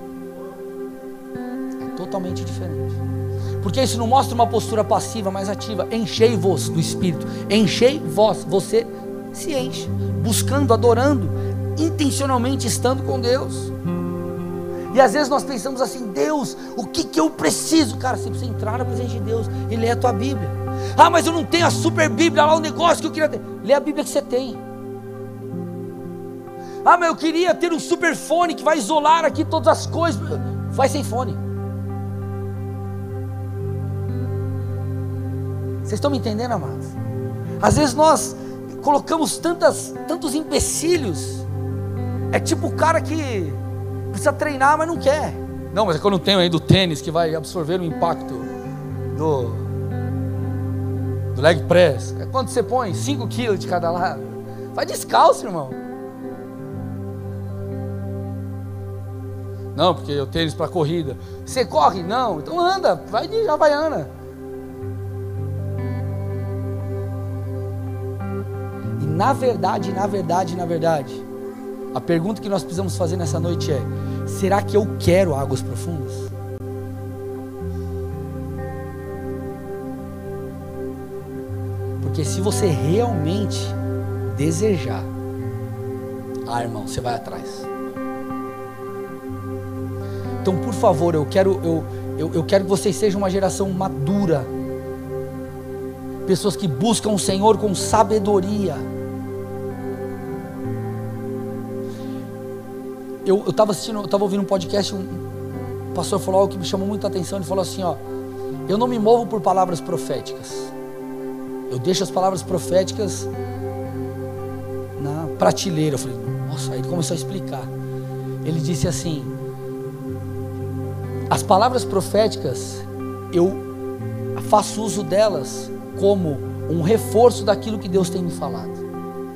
Speaker 1: É totalmente diferente. Porque isso não mostra uma postura passiva, mas ativa. Enchei-vos do Espírito, enchei-vos, você se enche, buscando, adorando, intencionalmente estando com Deus. E às vezes nós pensamos assim: Deus, o que eu preciso? Cara, você precisa entrar na presença de Deus e ler a tua Bíblia. Ah, mas eu não tenho a super Bíblia lá, o negócio que eu queria ter. Lê a Bíblia que você tem. Ah, mas eu queria ter um super fone que vai isolar aqui todas as coisas. Vai sem fone. Vocês estão me entendendo, amados? Às vezes nós colocamos tantos empecilhos. É tipo o cara que precisa treinar, mas não quer. Não, mas é que eu não tenho aí do tênis que vai absorver o impacto do leg press. É quando você põe 5 quilos de cada lado. Vai descalço, irmão. Não, porque eu tênis para corrida. Você corre? Não, então anda, vai de Havaiana. E na verdade, a pergunta que nós precisamos fazer nessa noite é: será que eu quero águas profundas? Porque se você realmente desejar, irmão, você vai atrás. Então, por favor, eu quero que vocês sejam uma geração madura, pessoas que buscam o Senhor com sabedoria. Eu estava ouvindo um podcast, um pastor falou algo que me chamou muita atenção. Ele falou assim: eu não me movo por palavras proféticas, eu deixo as palavras proféticas na prateleira. Eu falei, nossa, aí ele começou a explicar. Ele disse assim: as palavras proféticas, eu faço uso delas como um reforço daquilo que Deus tem me falado.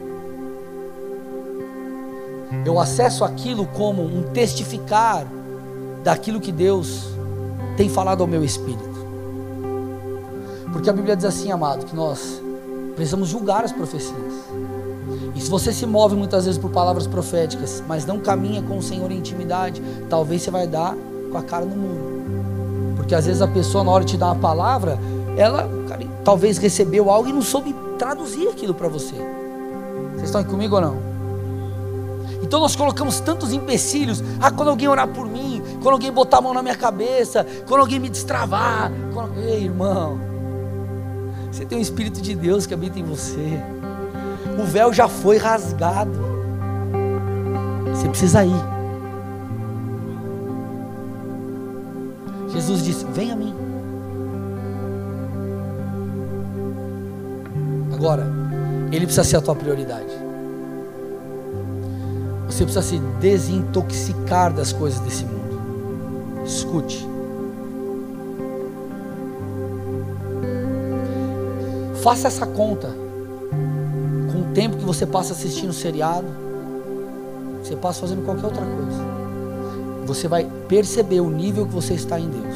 Speaker 1: Eu acesso aquilo como um testificar daquilo que Deus tem falado ao meu espírito. Porque a Bíblia diz assim, amado, que nós precisamos julgar as profecias. E se você se move muitas vezes por palavras proféticas, mas não caminha com o Senhor em intimidade, talvez você vai dar com a cara no muro. Porque às vezes a pessoa, na hora de te dar uma palavra, ela talvez recebeu algo e não soube traduzir aquilo para você. Vocês estão aí comigo ou não? Então nós colocamos tantos empecilhos. Quando alguém orar por mim, quando alguém botar a mão na minha cabeça, quando alguém me destravar, Ei, irmão, você tem um Espírito de Deus que habita em você. O véu já foi rasgado. Você precisa ir. Jesus disse: vem a mim. Agora, Ele precisa ser a tua prioridade. Você precisa se desintoxicar das coisas desse mundo. Escute. Faça essa conta com o tempo que você passa assistindo seriado, você passa fazendo qualquer outra coisa. Você vai perceber o nível que você está em Deus.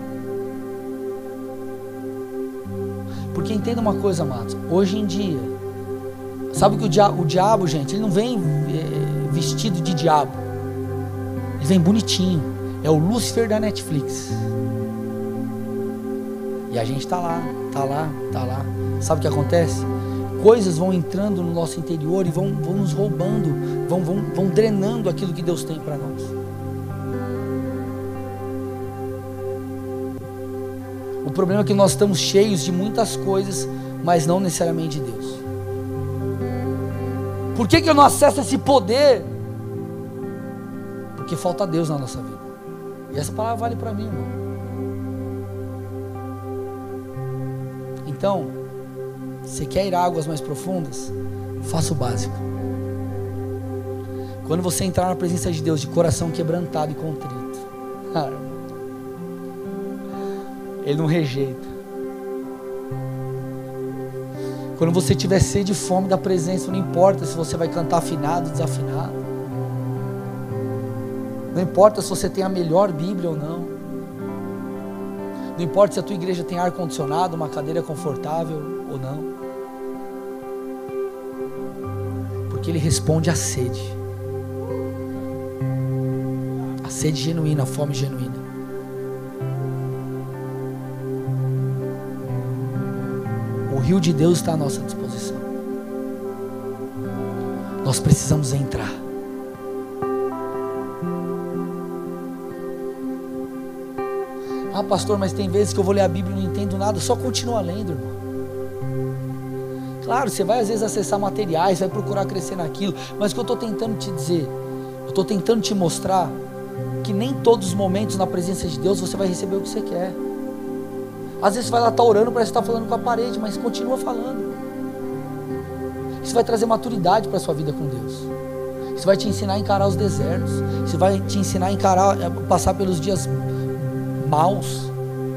Speaker 1: Porque entenda uma coisa, amados, hoje em dia, sabe que o diabo, gente, ele não vem vestido de diabo, ele vem bonitinho, é o Lúcifer da Netflix, e a gente está lá, sabe o que acontece? Coisas vão entrando no nosso interior e vão nos roubando, vão drenando aquilo que Deus tem para nós. O problema é que nós estamos cheios de muitas coisas, mas não necessariamente de Deus. Por que eu não acesso esse poder? Porque falta Deus na nossa vida. E essa palavra vale para mim, irmão. Então, você quer ir a águas mais profundas? Faça o básico. Quando você entrar na presença de Deus de coração quebrantado e contrito, cara, Ele não rejeita. Quando você tiver sede e fome da presença, não importa se você vai cantar afinado, desafinado. Não importa se você tem a melhor Bíblia ou não. Não importa se a tua igreja tem ar-condicionado, uma cadeira confortável ou não. Porque Ele responde à sede. A sede genuína, a fome genuína. O rio de Deus está à nossa disposição. Nós precisamos entrar. Ah, pastor, mas tem vezes que eu vou ler a Bíblia e não entendo nada. Só continua lendo, irmão. Claro, você vai às vezes acessar materiais, vai procurar crescer naquilo. Mas o que eu estou tentando te dizer, eu estou tentando te mostrar que nem todos os momentos na presença de Deus você vai receber o que você quer. Às vezes você vai lá estar orando, parece que está falando com a parede, mas continua falando. Isso vai trazer maturidade para a sua vida com Deus. Isso vai te ensinar a encarar os desertos. Isso vai te ensinar a passar pelos dias maus.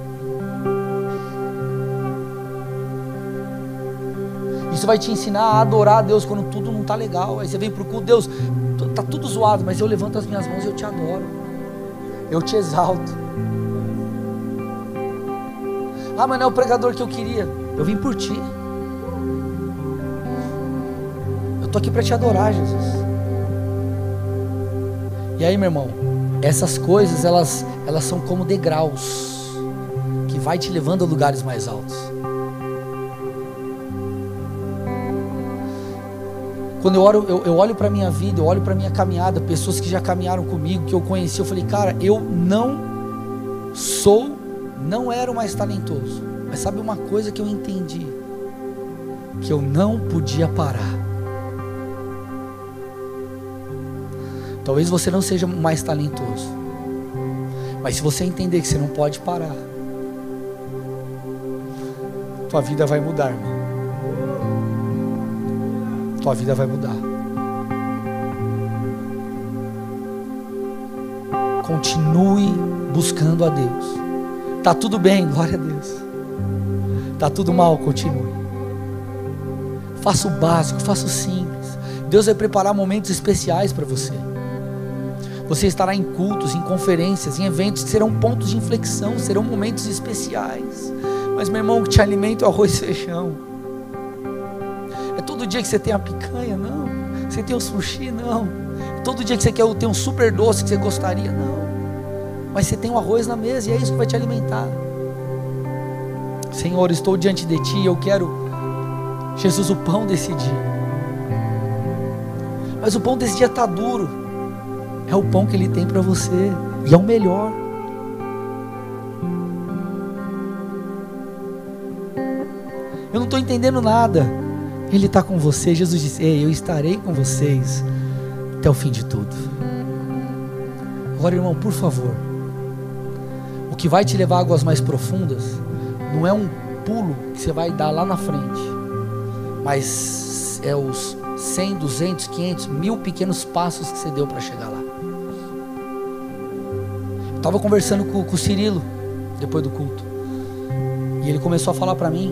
Speaker 1: Isso vai te ensinar a adorar a Deus quando tudo não está legal. Aí você vem para o culto, Deus, está tudo zoado, mas eu levanto as minhas mãos e eu te adoro. Eu te exalto. Ah, mas não é o pregador que eu queria. Eu vim por ti. Eu estou aqui para te adorar, Jesus. E aí, meu irmão, essas coisas, elas são como degraus que vai te levando a lugares mais altos. Quando eu olho para a minha vida, eu olho para a minha caminhada, pessoas que já caminharam comigo, que eu conheci, eu falei, cara, eu não era o mais talentoso, mas sabe uma coisa que eu entendi? Que eu não podia parar. Talvez você não seja o mais talentoso, mas se você entender que você não pode parar, tua vida vai mudar, irmão. Tua vida vai mudar. Continue buscando a Deus. Tá tudo bem, glória a Deus. Tá tudo mal, continue. Faça o básico, faça o simples. Deus vai preparar momentos especiais para você. Você estará em cultos, em conferências, em eventos que serão pontos de inflexão, serão momentos especiais. Mas, meu irmão, o que te alimenta é o arroz e feijão. É todo dia que você tem a picanha? Não. Você tem o sushi? Não. É todo dia que você quer ter um super doce que você gostaria? Não. Mas você tem o arroz na mesa e é isso que vai te alimentar. Senhor, estou diante de Ti e eu quero, Jesus, o pão desse dia. Mas o pão desse dia está duro. É o pão que Ele tem para você e é o melhor. Eu não estou entendendo nada. Ele está com você. Jesus disse, ei, eu estarei com vocês até o fim de tudo. Agora, irmão, por favor, o que vai te levar a águas mais profundas não é um pulo que você vai dar lá na frente, mas é os 100, 200, 500, 1000 pequenos passos que você deu para chegar lá. Eu estava conversando com o Cirilo depois do culto e ele começou a falar para mim.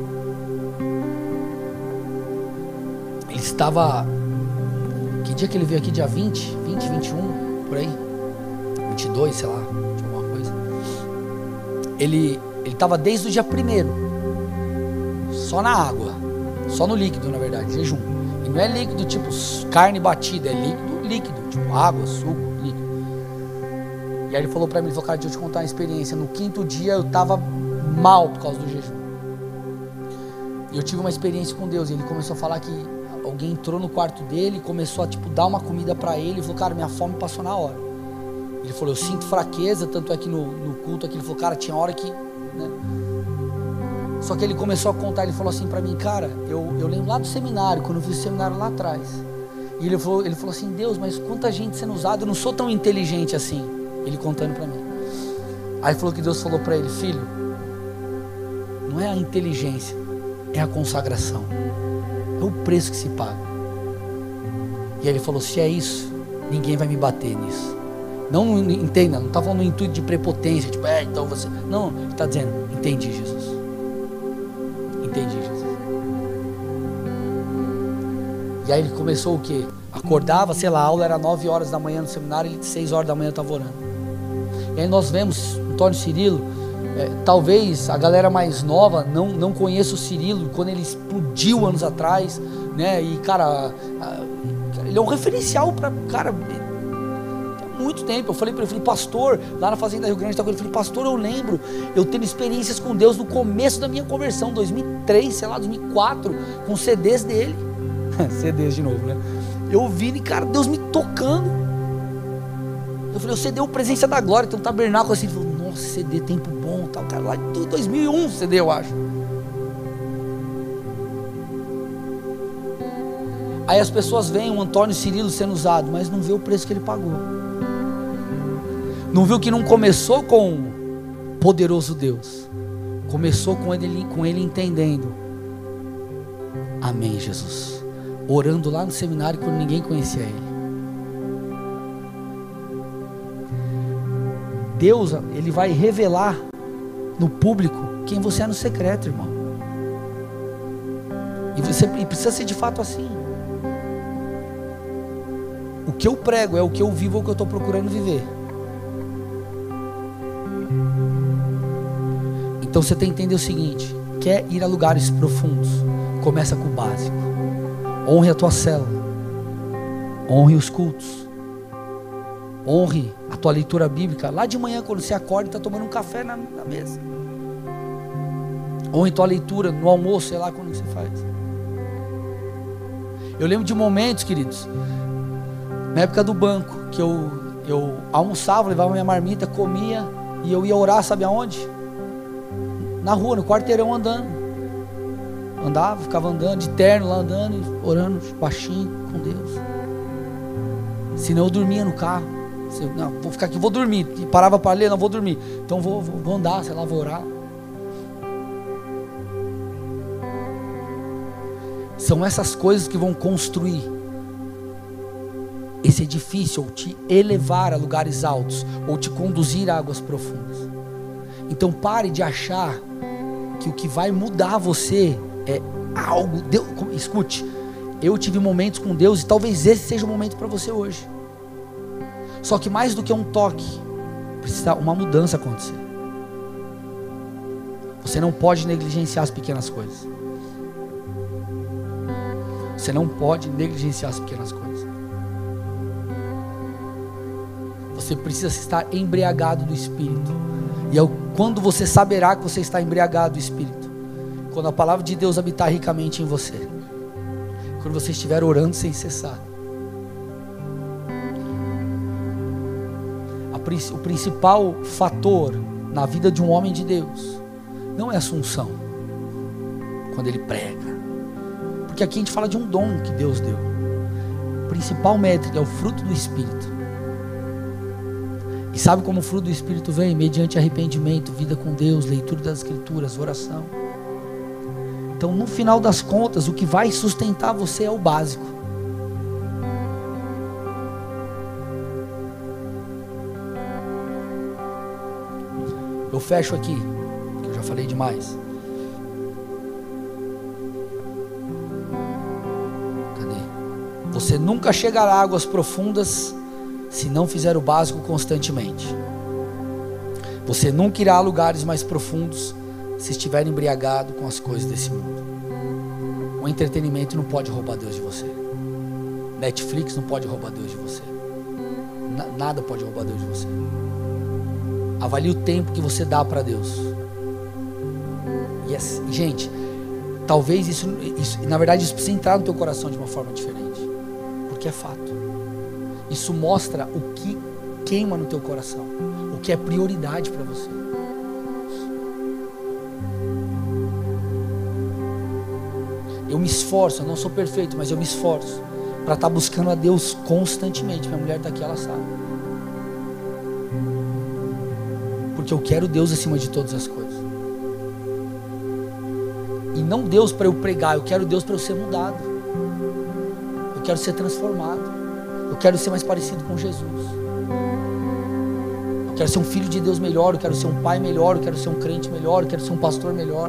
Speaker 1: Ele estava, que dia que ele veio aqui? Dia 20, 21, por aí, 22, sei lá, de alguma coisa. Ele estava desde o dia 1º, só na água, só no líquido, na verdade, jejum. E não é líquido tipo carne batida, é líquido, tipo água, suco, líquido. E aí ele falou pra mim, ele falou, cara, deixa eu te contar uma experiência. No 5º dia eu estava mal por causa do jejum. E eu tive uma experiência com Deus. E ele começou a falar que alguém entrou no quarto dele, começou a dar uma comida pra ele. Ele falou, cara, minha fome passou na hora. Ele falou, eu sinto fraqueza, tanto é que no culto aqui, ele falou, cara, tinha hora que, né? Só que ele começou a contar, ele falou assim pra mim, cara, eu lembro lá do seminário, quando eu fiz o seminário lá atrás. E ele falou assim, Deus, mas quanta gente sendo usada, eu não sou tão inteligente assim. Ele contando pra mim. Aí falou que Deus falou pra ele, filho, não é a inteligência, é a consagração. É o preço que se paga. E aí ele falou, se é isso, ninguém vai me bater nisso. Não entenda, não está falando no intuito de prepotência, tipo, então você. Não, ele está dizendo, entendi, Jesus. Entendi, Jesus. E aí ele começou o quê? Acordava, sei lá, a aula era 9 horas da manhã no seminário, ele 6 horas da manhã estava orando. E aí nós vemos Antônio Cirilo, talvez a galera mais nova não conheça o Cirilo, quando ele explodiu anos atrás, né? E cara, ele é um referencial para, cara, há muito tempo. Eu falei para ele, pastor, lá na Fazenda Rio Grande, eu falei, pastor, eu lembro, eu tendo experiências com Deus no começo da minha conversão, 2003, sei lá, 2004, com CDs dele. CDs de novo, né? Eu ouvi, e cara, Deus me tocando. Eu falei, o CD é o Presença da Glória, tem um tabernáculo assim. Ele falou, nossa, CD, tempo bom, tal, cara, lá de 2001 CD, eu acho. Aí as pessoas veem o Antônio Cirilo sendo usado, mas não vê o preço que ele pagou. Não viu que não começou com poderoso Deus, começou com ele entendendo. Amém, Jesus. Orando lá no seminário quando ninguém conhecia ele. Deus, ele vai revelar no público quem você é no secreto, irmão. E precisa ser de fato assim. O que eu prego é o que eu vivo, ou o que eu estou procurando viver. Então você tem que entender o seguinte: quer ir a lugares profundos, começa com o básico. Honre a tua célula, honre os cultos, honre a tua leitura bíblica lá de manhã, quando você acorda e está tomando um café na mesa. Honre tua leitura no almoço, sei lá quando você faz. Eu lembro de momentos, queridos, na época do banco, que eu almoçava, levava minha marmita, comia, e eu ia orar, sabe aonde? Na rua, no quarteirão, andando. Andava, ficava andando, de terno lá andando, orando baixinho com Deus. Senão eu dormia no carro. Não, vou ficar aqui, vou dormir. E parava para ler, não vou dormir. Então vou andar, sei lá, vou orar. São essas coisas que vão construir esse edifício, ou te elevar a lugares altos, ou te conduzir a águas profundas. Então pare de achar que o que vai mudar você é algo. Deus, escute, eu tive momentos com Deus e talvez esse seja o momento para você hoje. Só que mais do que um toque, precisa uma mudança acontecer. Você não pode negligenciar as pequenas coisas. Você não pode negligenciar as pequenas coisas. Você precisa estar embriagado do Espírito. E é quando você saberá que você está embriagado do Espírito, quando a palavra de Deus habitar ricamente em você, quando você estiver orando sem cessar. O principal fator na vida de um homem de Deus não é a assunção, quando ele prega, porque aqui a gente fala de um dom que Deus deu. O principal métrica é o fruto do Espírito. E sabe como o fruto do Espírito vem? Mediante arrependimento, vida com Deus, leitura das Escrituras, oração. Então, no final das contas, o que vai sustentar você é o básico. Eu fecho aqui, que eu já falei demais. Cadê? Você nunca chegará a águas profundas se não fizer o básico constantemente. Você nunca irá a lugares mais profundos se estiver embriagado com as coisas desse mundo. O entretenimento não pode roubar Deus de você. Netflix não pode roubar Deus de você. Nada pode roubar Deus de você. Avalie o tempo que você dá para Deus. E gente, talvez isso, na verdade, isso precisa entrar no teu coração de uma forma diferente, porque é fato. Isso mostra o que queima no teu coração, o que é prioridade para você. Eu me esforço, eu não sou perfeito, mas eu me esforço para estar buscando a Deus constantemente. Minha mulher está aqui, ela sabe. Porque eu quero Deus acima de todas as coisas. E não Deus para eu pregar, eu quero Deus para eu ser mudado. Eu quero ser transformado. Eu quero ser mais parecido com Jesus. Eu quero ser um filho de Deus melhor, eu quero ser um pai melhor, eu quero ser um crente melhor, eu quero ser um pastor melhor.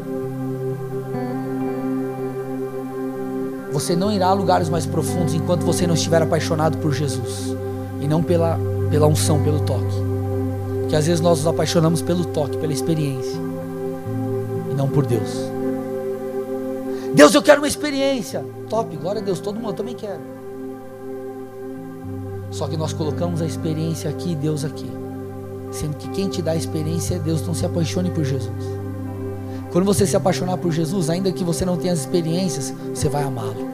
Speaker 1: Você não irá a lugares mais profundos enquanto você não estiver apaixonado por Jesus. E não pela unção, pelo toque. Porque às vezes nós nos apaixonamos pelo toque, pela experiência. E não por Deus. Deus, eu quero uma experiência. Top, glória a Deus, todo mundo, eu também quero. Só que nós colocamos a experiência aqui e Deus aqui. Sendo que quem te dá a experiência é Deus. Não se apaixone por Jesus. Quando você se apaixonar por Jesus, ainda que você não tenha as experiências, você vai amá-lo.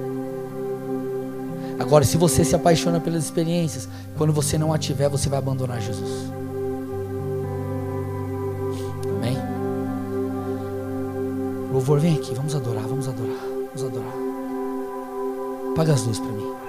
Speaker 1: Agora, se você se apaixona pelas experiências, quando você não a tiver, você vai abandonar Jesus. Amém? Louvor, vem aqui, vamos adorar, vamos adorar, vamos adorar. Apaga as luzes para mim.